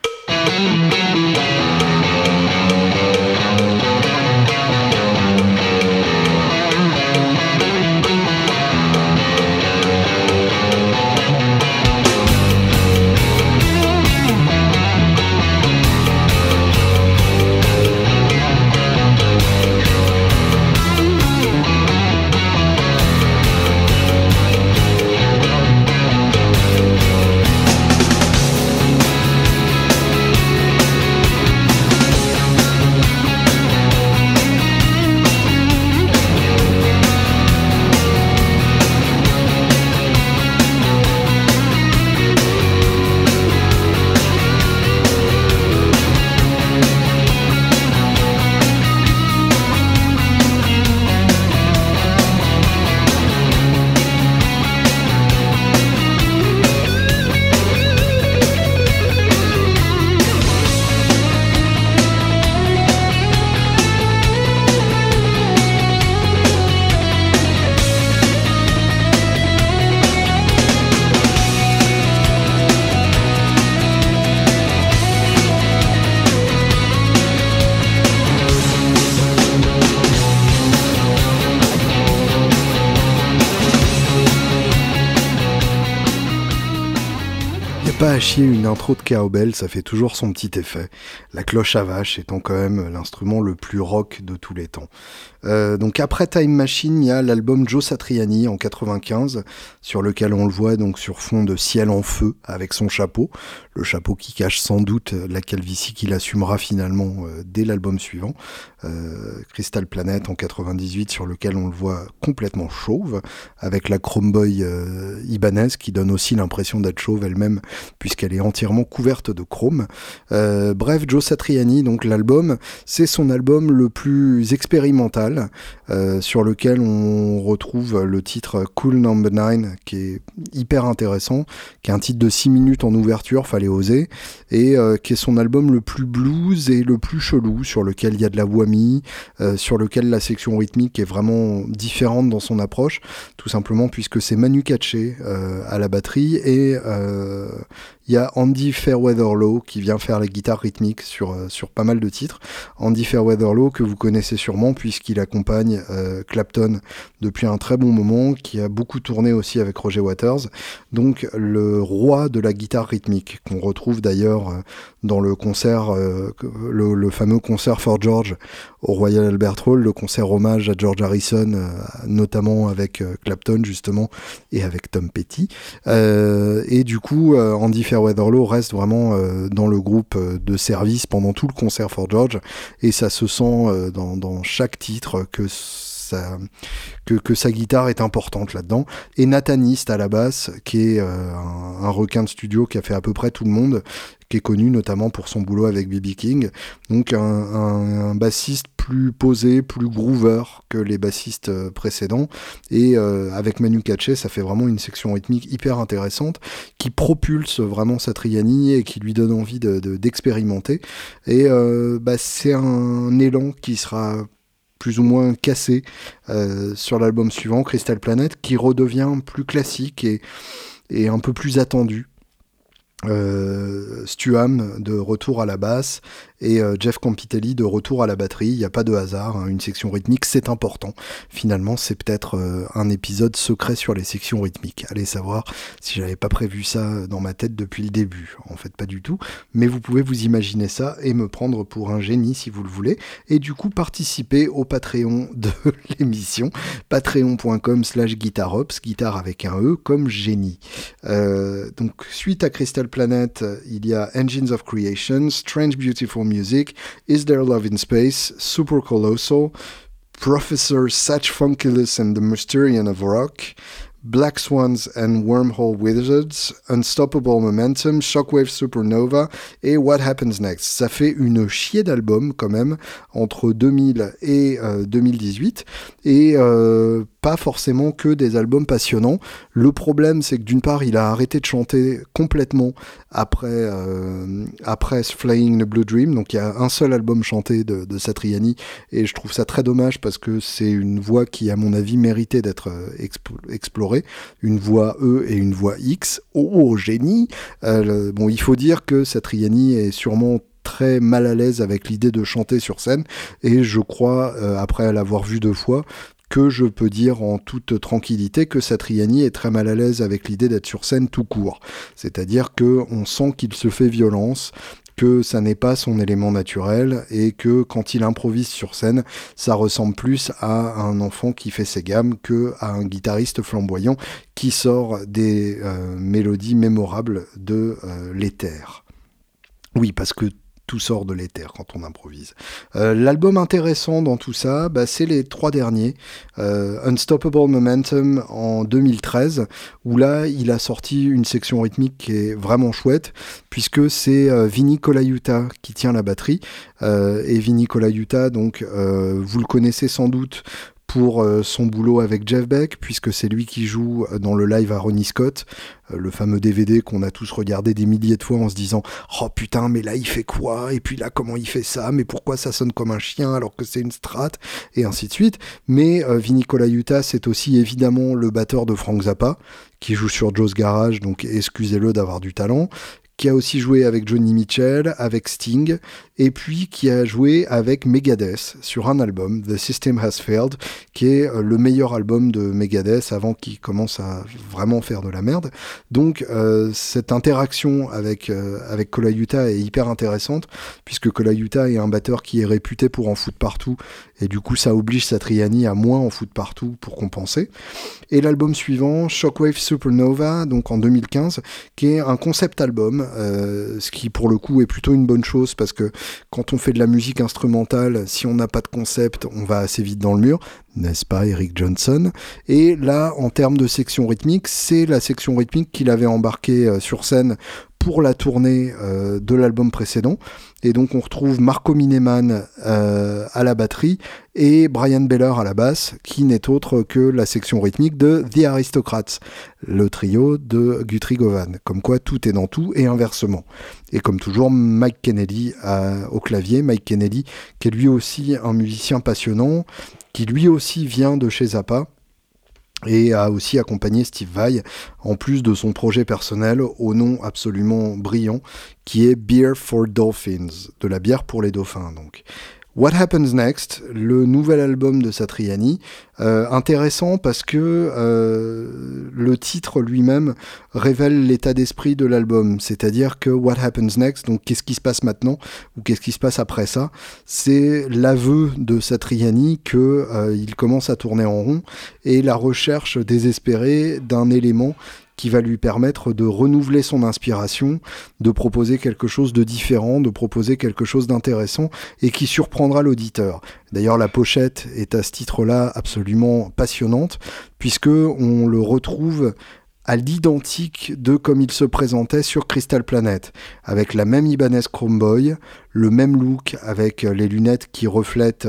Pas à chier une intro de cowbell, ça fait toujours son petit effet. La cloche à vache étant quand même l'instrument le plus rock de tous les temps. Donc après Time Machine, il y a l'album Joe Satriani en 95, sur lequel on le voit donc sur fond de ciel en feu avec son chapeau, le chapeau qui cache sans doute la calvitie qu'il assumera finalement dès l'album suivant, Crystal Planet en 98, sur lequel on le voit complètement chauve, avec la Chrome Boy Ibanez qui donne aussi l'impression d'être chauve elle-même, puisqu'elle est entièrement couverte de chrome. Bref, Joe Satriani, donc l'album, c'est son album le plus expérimental, sur lequel on retrouve le titre Cool Number 9, qui est hyper intéressant, qui est un titre de 6 minutes en ouverture, fallait oser, et qui est son album le plus blues et le plus chelou, sur lequel il y a de la whammy, sur lequel la section rythmique est vraiment différente dans son approche, tout simplement puisque c'est Manu Katché à la batterie, et il y a Andy Fairweather-Low qui vient faire la guitare rythmique sur pas mal de titres. Andy Fairweather-Low que vous connaissez sûrement puisqu'il accompagne Clapton depuis un très bon moment, qui a beaucoup tourné aussi avec Roger Waters. Donc le roi de la guitare rythmique, qu'on retrouve d'ailleurs dans le concert, le fameux concert for George au Royal Albert Hall, le concert hommage à George Harrison, notamment avec Clapton justement, et avec Tom Petty. Et du coup, Andy Fairweather-Low reste vraiment dans le groupe de service pendant tout le concert for George, et ça se sent dans chaque titre que sa guitare est importante là-dedans. Et Nathan East à la basse, qui est un requin de studio qui a fait à peu près tout le monde, qui est connu notamment pour son boulot avec B.B. King. Donc un bassiste plus posé, plus groover que les bassistes précédents. Et avec Manu Katché, ça fait vraiment une section rythmique hyper intéressante qui propulse vraiment Satriani et qui lui donne envie d'expérimenter. Et c'est un élan qui sera plus ou moins cassé sur l'album suivant, Crystal Planet, qui redevient plus classique et un peu plus attendu. Stuham de retour à la basse, et Jeff Campitelli de retour à la batterie. Il n'y a pas de hasard, hein. Une section rythmique, c'est important. Finalement, c'est peut-être un épisode secret sur les sections rythmiques. Allez savoir si j'avais pas prévu ça dans ma tête depuis le début. En fait, pas du tout. Mais vous pouvez vous imaginer ça et me prendre pour un génie si vous le voulez. Et du coup, participer au Patreon de l'émission, patreon.com/guitarops, guitare avec un E comme génie. Donc, suite à Crystal Planet, il y a Engines of Creation, Strange Beautiful Music, Is There Love in Space, Super Colossal, Professor Satch Funkulus and the Mysterian of Rock, Black Swans and Wormhole Wizards, Unstoppable Momentum, Shockwave Supernova et What Happens Next. Ça fait une chier d'albums quand même entre 2000 et 2018 et pas forcément que des albums passionnants. Le problème, c'est que d'une part, il a arrêté de chanter complètement après Flying the Blue Dream, donc il y a un seul album chanté de Satriani et je trouve ça très dommage parce que c'est une voix qui, à mon avis, méritait d'être explorée. Une voix E et une voix X. Oh, génie! Bon, il faut dire que Satriani est sûrement très mal à l'aise avec l'idée de chanter sur scène et je crois, après l'avoir vu 2 fois, que je peux dire en toute tranquillité que Satriani est très mal à l'aise avec l'idée d'être sur scène tout court. C'est-à-dire qu'on sent qu'il se fait violence, que ça n'est pas son élément naturel et que quand il improvise sur scène, ça ressemble plus à un enfant qui fait ses gammes que à un guitariste flamboyant qui sort des mélodies mémorables de l'éther. Oui, parce que tout sort de l'éther quand on improvise. L'album intéressant dans tout ça, c'est les 3 derniers. Unstoppable Momentum en 2013, où là, il a sorti une section rythmique qui est vraiment chouette, puisque c'est Vinny Colaiuta qui tient la batterie. Et Vinny Colaiuta, donc, vous le connaissez sans doute pour son boulot avec Jeff Beck, puisque c'est lui qui joue dans le live à Ronnie Scott, le fameux DVD qu'on a tous regardé des milliers de fois en se disant « Oh putain, mais là il fait quoi ? Et puis là comment il fait ça ? Mais pourquoi ça sonne comme un chien alors que c'est une Strat ?» Et ainsi de suite. Mais Vinny Colaiuta, c'est aussi évidemment le batteur de Frank Zappa, qui joue sur Joe's Garage, donc excusez-le d'avoir du talent, qui a aussi joué avec Johnny Mitchell, avec Sting, et puis qui a joué avec Megadeth sur un album, The System Has Failed, qui est le meilleur album de Megadeth avant qu'il commence à vraiment faire de la merde. Donc cette interaction avec Colaiuta est hyper intéressante, puisque Colaiuta est un batteur qui est réputé pour en foutre partout, et du coup ça oblige Satriani à moins en foutre partout pour compenser. Et l'album suivant, Shockwave Supernova, donc en 2015, qui est un concept album, ce qui pour le coup est plutôt une bonne chose parce que quand on fait de la musique instrumentale, si on n'a pas de concept, on va assez vite dans le mur, n'est-ce pas Eric Johnson? Et là, en termes de section rythmique, c'est la section rythmique qu'il avait embarquée sur scène pour la tournée de l'album précédent. Et donc on retrouve Marco Mineman à la batterie et Brian Beller à la basse, qui n'est autre que la section rythmique de The Aristocrats, le trio de Guthrie Govan. Comme quoi tout est dans tout et inversement. Et comme toujours, Mike Kennedy au clavier, Mike Kennedy qui est lui aussi un musicien passionnant, qui lui aussi vient de chez Zappa, et a aussi accompagné Steve Vai, en plus de son projet personnel au nom absolument brillant, qui est Beer for Dolphins, de la bière pour les dauphins donc. What Happens Next, le nouvel album de Satriani, intéressant parce que le titre lui-même révèle l'état d'esprit de l'album, c'est-à-dire que What Happens Next, donc qu'est-ce qui se passe maintenant ou qu'est-ce qui se passe après ça, c'est l'aveu de Satriani que il commence à tourner en rond et la recherche désespérée d'un élément qui va lui permettre de renouveler son inspiration, de proposer quelque chose de différent, de proposer quelque chose d'intéressant et qui surprendra l'auditeur. D'ailleurs, la pochette est à ce titre-là absolument passionnante, puisque on le retrouve à l'identique de comme il se présentait sur Crystal Planet, avec la même Ibanez Chrome Boy, le même look avec les lunettes qui reflètent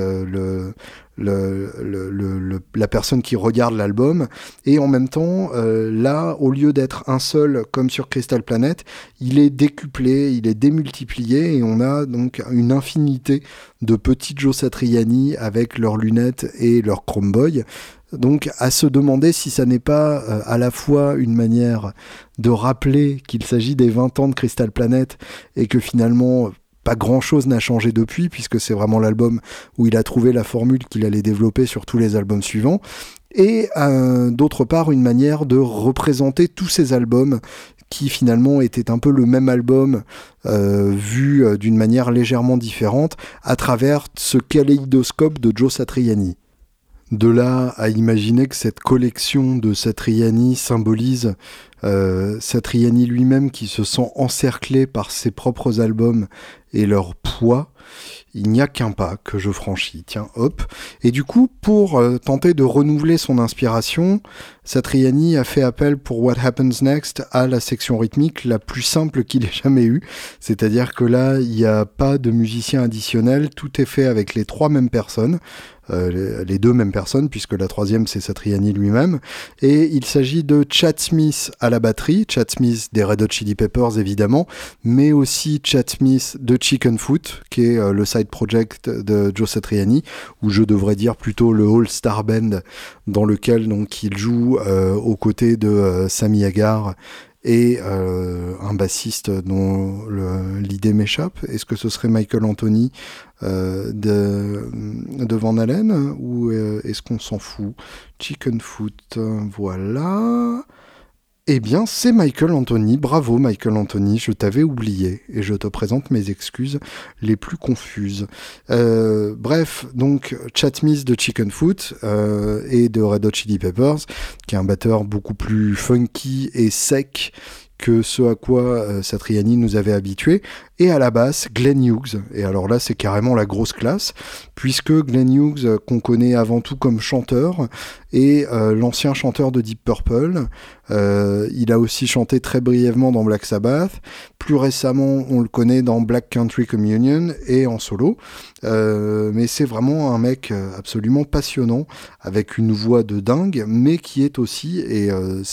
la personne qui regarde l'album, et en même temps là, au lieu d'être un seul comme sur Crystal Planet, il est décuplé, il est démultiplié, et on a donc une infinité de petits Joe Satriani avec leurs lunettes et leur Chrome Boy. Donc à se demander si ça n'est pas à la fois une manière de rappeler qu'il s'agit des 20 ans de Crystal Planet et que finalement pas grand-chose n'a changé depuis, puisque c'est vraiment l'album où il a trouvé la formule qu'il allait développer sur tous les albums suivants. Et d'autre part, une manière de représenter tous ces albums qui finalement étaient un peu le même album vu d'une manière légèrement différente à travers ce kaléidoscope de Joe Satriani. De là à imaginer que cette collection de Satriani symbolise Satriani lui-même qui se sent encerclé par ses propres albums et leur poids, il n'y a qu'un pas que je franchis. Tiens, hop. Et du coup, pour tenter de renouveler son inspiration, Satriani a fait appel pour What Happens Next à la section rythmique la plus simple qu'il ait jamais eue. C'est-à-dire que là, il n'y a pas de musicien additionnel, tout est fait avec les 3 mêmes personnes. Les 2 mêmes personnes, puisque la 3e c'est Satriani lui-même, et il s'agit de Chad Smith à la batterie, Chad Smith des Red Hot Chili Peppers évidemment, mais aussi Chad Smith de Chicken Foot, qui est le side project de Joe Satriani, ou je devrais dire plutôt le All Star Band, dans lequel donc il joue aux côtés de Sammy Hagar et un bassiste dont l'idée m'échappe. Est-ce que ce serait Michael Anthony de Van Halen ou est-ce qu'on s'en fout? Chicken Foot, voilà. Eh bien, c'est Michael Anthony. Bravo Michael Anthony, je t'avais oublié et je te présente mes excuses les plus confuses. Bref, donc Chad Smith de Chicken Foot et de Red Hot Chili Peppers, qui est un batteur beaucoup plus funky et sec que ce à quoi Satriani nous avait habitués, et à la basse, Glenn Hughes. Et alors là, c'est carrément la grosse classe, puisque Glenn Hughes, qu'on connaît avant tout comme chanteur, est l'ancien chanteur de Deep Purple. Il a aussi chanté très brièvement dans Black Sabbath. Plus récemment, on le connaît dans Black Country Communion et en solo. Mais c'est vraiment un mec absolument passionnant, avec une voix de dingue, mais qui est aussi, et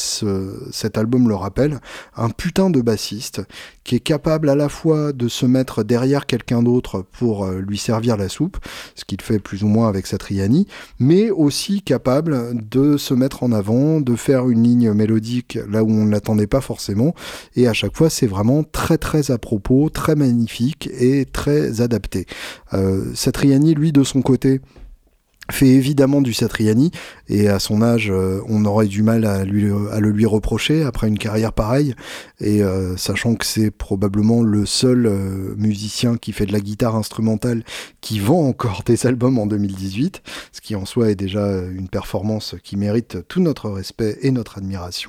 cet album le rappelle, un putain de bassiste, qui est capable à la fois de se mettre derrière quelqu'un d'autre pour lui servir la soupe, ce qu'il fait plus ou moins avec Satriani, mais aussi capable de se mettre en avant, de faire une ligne mélodique là où on ne l'attendait pas forcément, et à chaque fois c'est vraiment très très à propos, très magnifique et très adapté. Satriani, lui, de son côté, fait évidemment du Satriani, et à son âge, on aurait du mal à le lui reprocher après une carrière pareille, et sachant que c'est probablement le seul musicien qui fait de la guitare instrumentale qui vend encore des albums en 2018, ce qui en soi est déjà une performance qui mérite tout notre respect et notre admiration.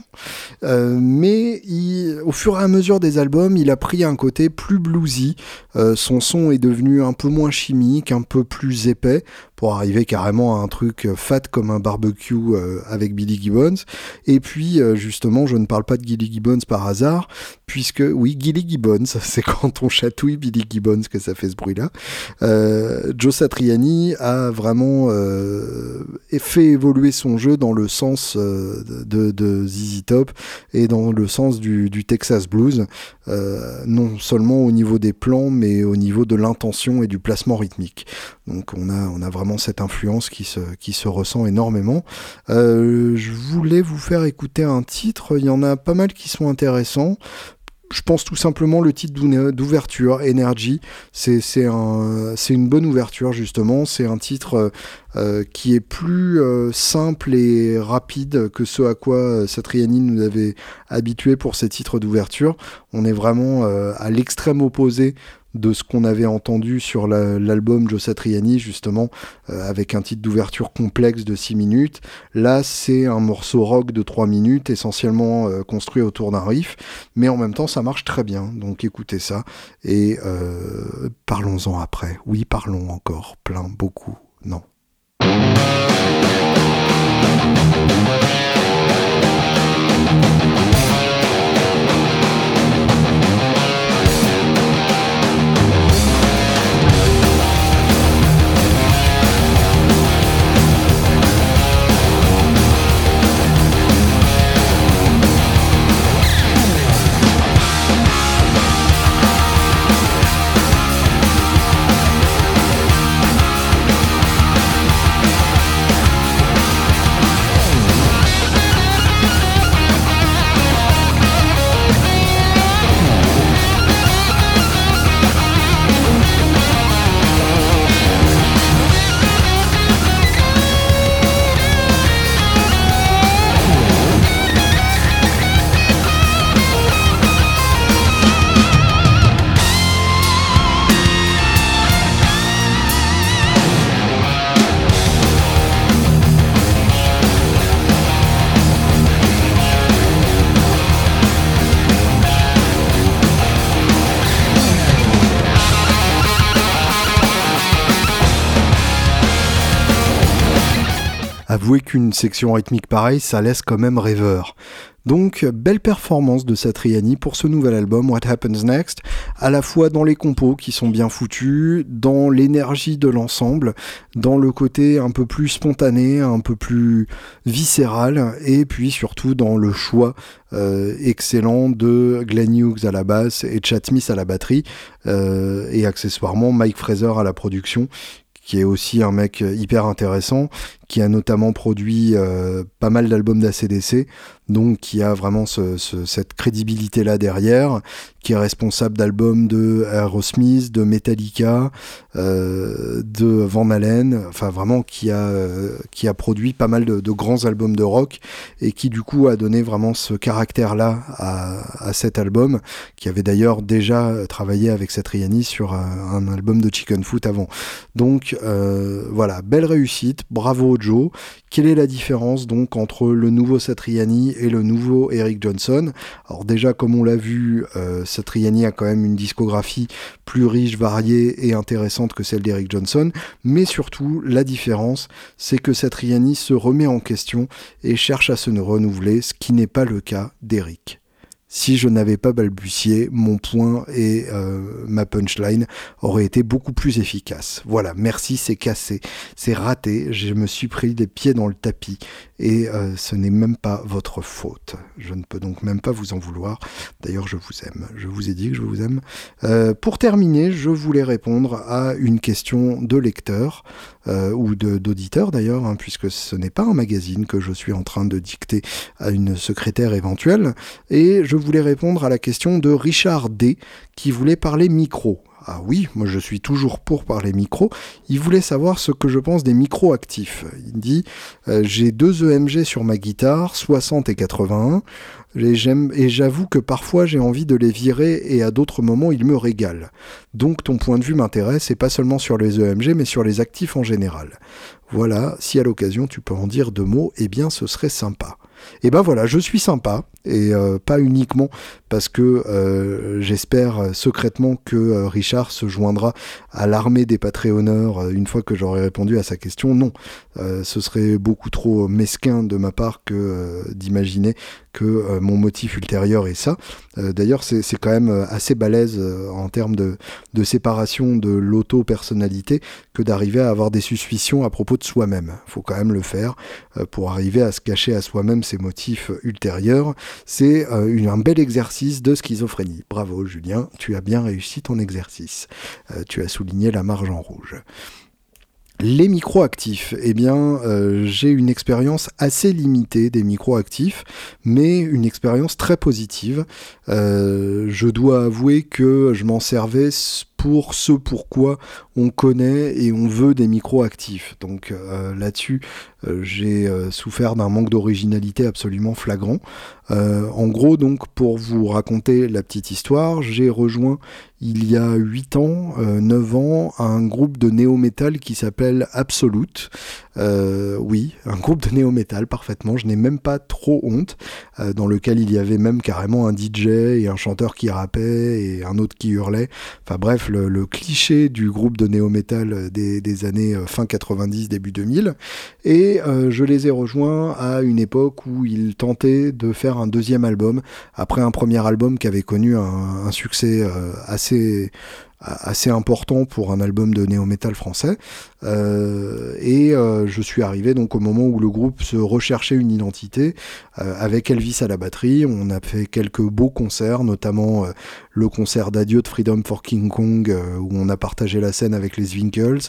Mais au fur et à mesure des albums, il a pris un côté plus bluesy, son son est devenu un peu moins chimique, un peu plus épais, pour arriver carrément à un truc fat comme un barbecue avec Billy Gibbons. Et puis, justement, je ne parle pas de Billy Gibbons par hasard, puisque, oui, Billy Gibbons, c'est quand on chatouille Billy Gibbons que ça fait ce bruit-là. Joe Satriani a vraiment fait évoluer son jeu dans le sens de ZZ Top et dans le sens du Texas Blues, non seulement au niveau des plans, mais au niveau de l'intention et du placement rythmique. Donc on a vraiment cette influence qui se ressent énormément. Je voulais vous faire écouter un titre, il y en a pas mal qui sont intéressants. Je pense tout simplement le titre d'ouverture, Energy, c'est une bonne ouverture justement, c'est un titre qui est plus simple et rapide que ce à quoi Satriani nous avait habitué pour ses titres d'ouverture. On est vraiment à l'extrême opposé de ce qu'on avait entendu sur l'album Joe Satriani, justement, avec un titre d'ouverture complexe de 6 minutes. Là, c'est un morceau rock de 3 minutes, essentiellement construit autour d'un riff, mais en même temps, ça marche très bien. Donc écoutez ça, et parlons-en après. Oui, parlons encore, plein, beaucoup, non. avouez qu'une section rythmique pareille, ça laisse quand même rêveur. Donc, belle performance de Satriani pour ce nouvel album What Happens Next, à la fois dans les compos qui sont bien foutus, dans l'énergie de l'ensemble, dans le côté un peu plus spontané, un peu plus viscéral, et puis surtout dans le choix excellent de Glenn Hughes à la basse et Chad Smith à la batterie, et accessoirement Mike Fraser à la production, qui est aussi un mec hyper intéressant, qui a notamment produit pas mal d'albums d'ACDC, donc qui a vraiment cette crédibilité-là derrière, qui est responsable d'albums de Aerosmith, de Metallica, de Van Halen, enfin vraiment qui a produit pas mal de grands albums de rock, et qui du coup a donné vraiment ce caractère-là à cet album, qui avait d'ailleurs déjà travaillé avec Satriani sur un album de Chicken Foot avant. Donc voilà, belle réussite, bravo Joe. Quelle est la différence donc entre le nouveau Satriani et le nouveau Eric Johnson? Alors déjà, comme on l'a vu, Satriani a quand même une discographie plus riche, variée et intéressante que celle d'Eric Johnson, mais surtout la différence, c'est que Satriani se remet en question et cherche à se renouveler, ce qui n'est pas le cas d'Eric. Si je n'avais pas balbutié, mon point et ma punchline auraient été beaucoup plus efficaces. Voilà, merci, c'est cassé, c'est raté, je me suis pris les pieds dans le tapis et ce n'est même pas votre faute. Je ne peux donc même pas vous en vouloir. D'ailleurs, je vous aime, je vous ai dit que je vous aime. Pour terminer, je voulais répondre à une question de lecteur, ou d'auditeur d'ailleurs, hein, puisque ce n'est pas un magazine que je suis en train de dicter à une secrétaire éventuelle, et je voulais répondre à la question de Richard D, qui voulait parler micro. Ah oui, moi je suis toujours pour parler micro. Il voulait savoir ce que je pense des micros actifs. Il dit j'ai 2 EMG sur ma guitare, 60 et 81, et j'avoue que parfois j'ai envie de les virer et à d'autres moments ils me régalent. Donc ton point de vue m'intéresse, et pas seulement sur les EMG mais sur les actifs en général. Voilà, si à l'occasion tu peux en dire 2 mots, eh bien ce serait sympa. Et ben voilà, je suis sympa, et pas uniquement parce que j'espère secrètement que Richard se joindra à l'armée des Patreonneurs une fois que j'aurai répondu à sa question. Non, ce serait beaucoup trop mesquin de ma part que d'imaginer que mon motif ultérieur est ça. D'ailleurs, c'est quand même assez balèze en termes de séparation de l'auto-personnalité que d'arriver à avoir des suspicions à propos de soi-même. Il faut quand même le faire pour arriver à se cacher à soi-même ses motifs ultérieurs. C'est un bel exercice de schizophrénie. Bravo Julien, tu as bien réussi ton exercice. Tu as souligné la marge en rouge. Les micro-actifs, eh bien, j'ai une expérience assez limitée des micro-actifs, mais une expérience très positive. Je dois avouer que je m'en servais pour ce pourquoi on connaît et on veut des micro-actifs. Donc là-dessus, j'ai souffert d'un manque d'originalité absolument flagrant. En gros, donc, pour vous raconter la petite histoire, j'ai rejoint il y a 8 ans, 9 ans, un groupe de néo-metal qui s'appelle Absolute. Oui, un groupe de néo-metal, parfaitement, je n'ai même pas trop honte, dans lequel il y avait même carrément un DJ et un chanteur qui rappait et un autre qui hurlait. Enfin bref, le cliché du groupe de néo-metal des années fin 90, début 2000. Et je les ai rejoints à une époque où ils tentaient de faire un 2e album, après un premier album qui avait connu un succès assez important pour un album de néo-metal français, et je suis arrivé donc au moment où le groupe se recherchait une identité, avec Elvis à la batterie. On a fait quelques beaux concerts, notamment le concert d'adieu de Freedom for King Kong, où on a partagé la scène avec les Zwinkels,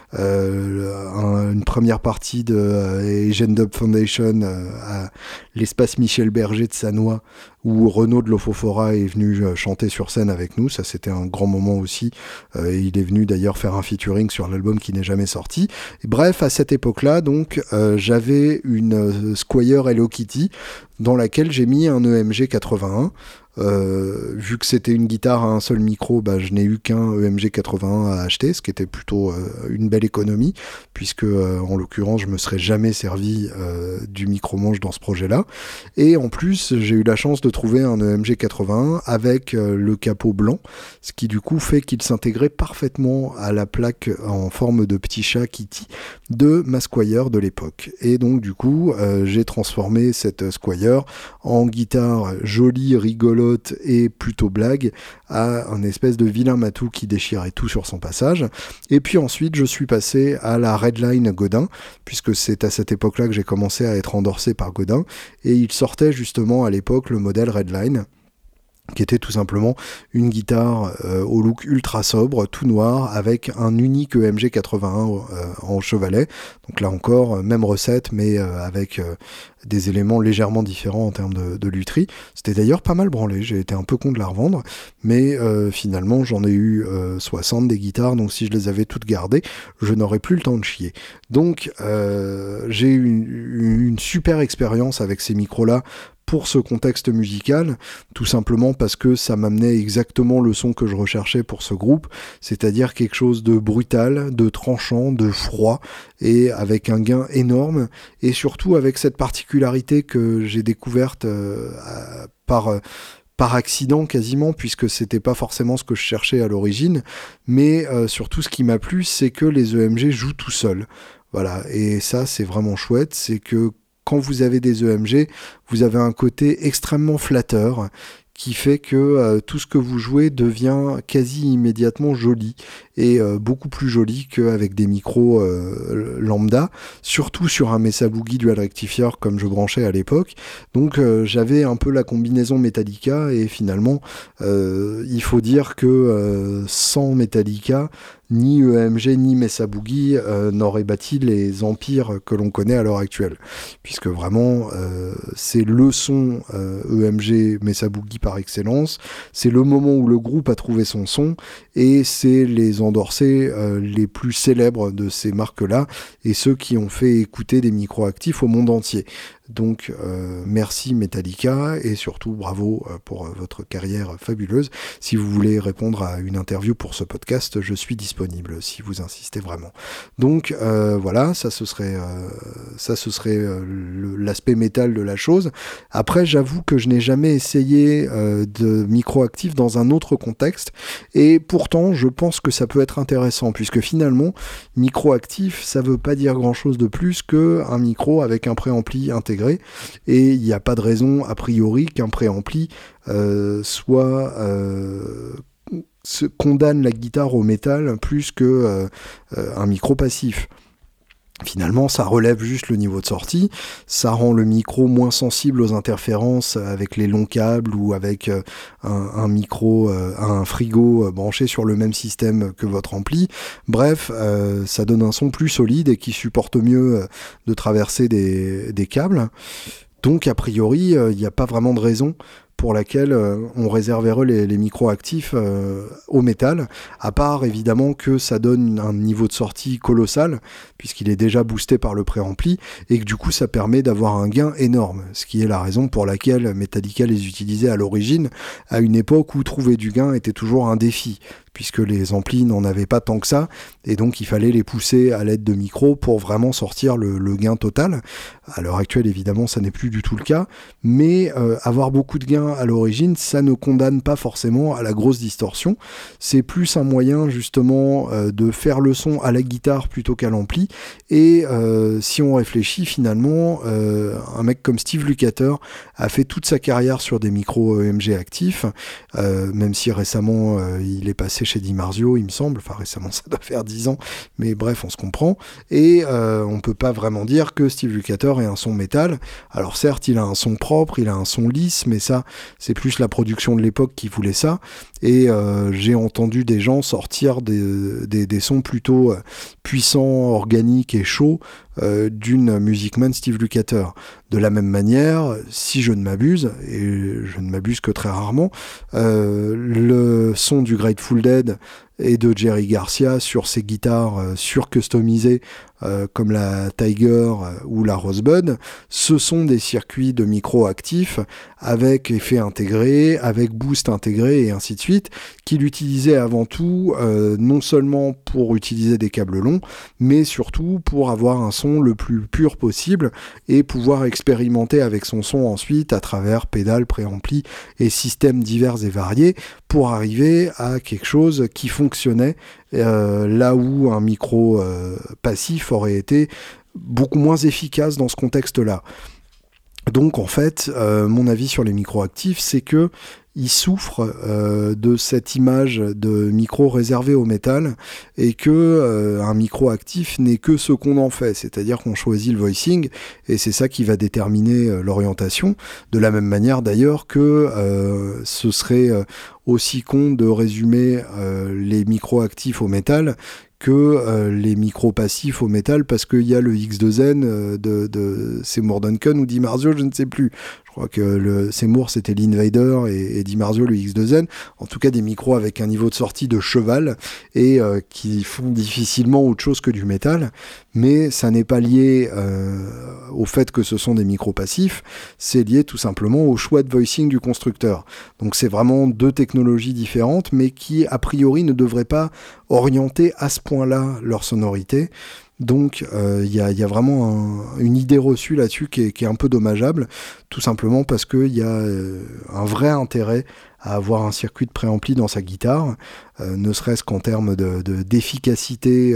une première partie de Asian Dub Foundation à l'espace Michel Berger de Sannois, où Renaud de l'Ofofora est venu chanter sur scène avec nous. Ça, c'était un grand moment aussi. Il est venu d'ailleurs faire un featuring sur l'album qui n'est jamais sorti. Et bref, à cette époque-là, donc, j'avais une Squire Hello Kitty, dans laquelle j'ai mis un EMG 81. Vu que c'était une guitare à un seul micro, je n'ai eu qu'un EMG 81 à acheter, ce qui était plutôt une belle économie, puisque en l'occurrence je me serais jamais servi du micro-manche dans ce projet-là. Et en plus j'ai eu la chance de trouver un EMG 81 avec le capot blanc, ce qui du coup fait qu'il s'intégrait parfaitement à la plaque en forme de petit chat Kitty de ma Squier de l'époque. Et donc du coup j'ai transformé cette Squier en guitare jolie, rigolote et plutôt blague à un espèce de vilain matou qui déchirait tout sur son passage. Et puis ensuite je suis passé à la Redline Godin, puisque c'est à cette époque là que j'ai commencé à être endorsé par Godin, et il sortait justement à l'époque le modèle Redline, qui était tout simplement une guitare au look ultra sobre, tout noir, avec un unique EMG 81 en chevalet. Donc là encore, même recette, mais avec des éléments légèrement différents en termes de lutherie. C'était d'ailleurs pas mal branlé, j'ai été un peu con de la revendre, mais finalement j'en ai eu 60 des guitares, donc si je les avais toutes gardées, je n'aurais plus le temps de chier. Donc j'ai eu une super expérience avec ces micros-là, pour ce contexte musical, tout simplement parce que ça m'amenait exactement le son que je recherchais pour ce groupe, c'est-à-dire quelque chose de brutal, de tranchant, de froid, et avec un gain énorme, et surtout avec cette particularité que j'ai découverte par accident quasiment, puisque c'était pas forcément ce que je cherchais à l'origine, mais surtout ce qui m'a plu, c'est que les EMG jouent tout seuls. Voilà, et ça c'est vraiment chouette, c'est que quand vous avez des EMG, vous avez un côté extrêmement flatteur qui fait que tout ce que vous jouez devient quasi immédiatement joli, et beaucoup plus joli qu'avec des micros lambda, surtout sur un Mesa Boogie Dual Rectifier comme je branchais à l'époque. Donc j'avais un peu la combinaison Metallica, et finalement il faut dire que sans Metallica, ni EMG ni Mesa Boogie n'auraient bâti les empires que l'on connaît à l'heure actuelle, puisque vraiment c'est le son EMG Mesa Boogie par excellence, c'est le moment où le groupe a trouvé son son, et c'est les endorsés les plus célèbres de ces marques-là, et ceux qui ont fait écouter des micro-actifs au monde entier. Donc merci Metallica, et surtout bravo pour votre carrière fabuleuse. Si vous voulez répondre à une interview pour ce podcast, je suis disponible si vous insistez vraiment. Donc voilà, ça ce serait l'aspect métal de la chose. Après, j'avoue que je n'ai jamais essayé de micro-actif dans un autre contexte, et pourtant je pense que ça peut être intéressant, puisque finalement micro-actif, ça veut pas dire grand chose de plus qu'un micro avec un préampli intégré. Et il n'y a pas de raison a priori qu'un préampli condamne la guitare au métal plus que un micro passif. Finalement, ça relève juste le niveau de sortie, ça rend le micro moins sensible aux interférences avec les longs câbles, ou avec un micro, un frigo branché sur le même système que votre ampli. Bref, ça donne un son plus solide et qui supporte mieux de traverser des câbles. Donc, a priori, il n'y a pas vraiment de raison pour laquelle on réserverait les micros actifs au métal, à part évidemment que ça donne un niveau de sortie colossal, puisqu'il est déjà boosté par le préampli, et que du coup ça permet d'avoir un gain énorme, ce qui est la raison pour laquelle Metallica les utilisait à l'origine, à une époque où trouver du gain était toujours un défi, puisque les amplis n'en avaient pas tant que ça, et donc il fallait les pousser à l'aide de micros pour vraiment sortir le gain total. À l'heure actuelle, évidemment, ça n'est plus du tout le cas, mais avoir beaucoup de gains à l'origine, ça ne condamne pas forcément à la grosse distorsion. C'est plus un moyen, justement, de faire le son à la guitare plutôt qu'à l'ampli, et si on réfléchit, finalement, un mec comme Steve Lukather a fait toute sa carrière sur des micros EMG actifs, même si récemment, il est passé chez Di Marzio, il me semble, enfin récemment ça doit faire 10 ans, mais bref, on se comprend, et on peut pas vraiment dire que Steve Lukather ait un son métal. Alors certes, il a un son propre, il a un son lisse, mais ça, c'est plus la production de l'époque qui voulait ça, et j'ai entendu des gens sortir des sons plutôt puissants, organiques et chauds d'une Music Man Steve Lukather. De la même manière, si je ne m'abuse, et je ne m'abuse que très rarement, le son du Grateful Dead et de Jerry Garcia sur ses guitares sur-customisées comme la Tiger ou la Rosebud, ce sont des circuits de micro actifs avec effet intégré, avec boost intégré et ainsi de suite, qu'il utilisait avant tout non seulement pour utiliser des câbles longs, mais surtout pour avoir un son le plus pur possible et pouvoir expérimenter avec son son ensuite à travers pédales, préamplis et systèmes divers et variés pour arriver à quelque chose qui fonctionnait là où un micro passif aurait été beaucoup moins efficace dans ce contexte-là. Donc en fait, mon avis sur les micros actifs, c'est que ils souffrent de cette image de micro réservé au métal et que un micro actif n'est que ce qu'on en fait, c'est-à-dire qu'on choisit le voicing et c'est ça qui va déterminer l'orientation. De la même manière d'ailleurs que ce serait aussi con de résumer les micros actifs au métal que les micros passifs au métal parce qu'il y a le X2N de Seymour Duncan ou DiMarzio, je ne sais plus. Je crois que Seymour c'était l'Invader et DiMarzio le X2N. En tout cas des micros avec un niveau de sortie de cheval et qui font difficilement autre chose que du métal. Mais ça n'est pas lié au fait que ce sont des micros passifs, c'est lié tout simplement au choix de voicing du constructeur. Donc c'est vraiment deux technologies différentes mais qui a priori ne devraient pas orienter à ce point-là leur sonorité. Donc il y a vraiment une idée reçue là-dessus qui est un peu dommageable, tout simplement parce qu'il y a un vrai intérêt à avoir un circuit de préampli dans sa guitare, ne serait-ce qu'en termes d'efficacité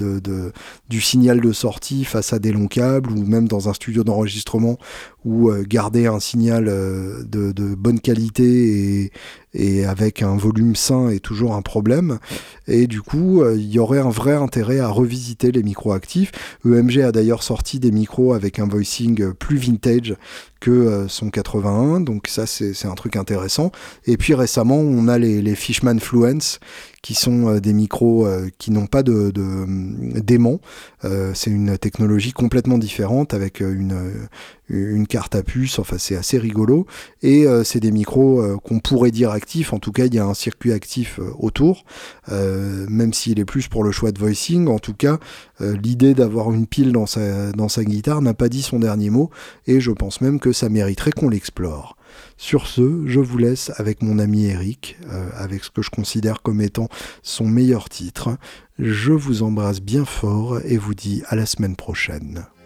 du signal de sortie face à des longs câbles, ou même dans un studio d'enregistrement où garder un signal de bonne qualité et avec un volume sain est toujours un problème. Et du coup, il y aurait un vrai intérêt à revisiter les micros actifs. EMG a d'ailleurs sorti des micros avec un voicing plus vintage que son 81, donc ça c'est un truc intéressant. Et puis récemment on a les Fishman Fluence qui sont des micros qui n'ont pas d'aimant. C'est une technologie complètement différente avec une carte à puce, enfin c'est assez rigolo. Et c'est des micros qu'on pourrait dire actifs, en tout cas il y a un circuit actif autour, même s'il est plus pour le choix de voicing. En tout cas, l'idée d'avoir une pile dans sa guitare n'a pas dit son dernier mot, et je pense même que ça mériterait qu'on l'explore. Sur ce, je vous laisse avec mon ami Eric, avec ce que je considère comme étant son meilleur titre. Je vous embrasse bien fort et vous dis à la semaine prochaine.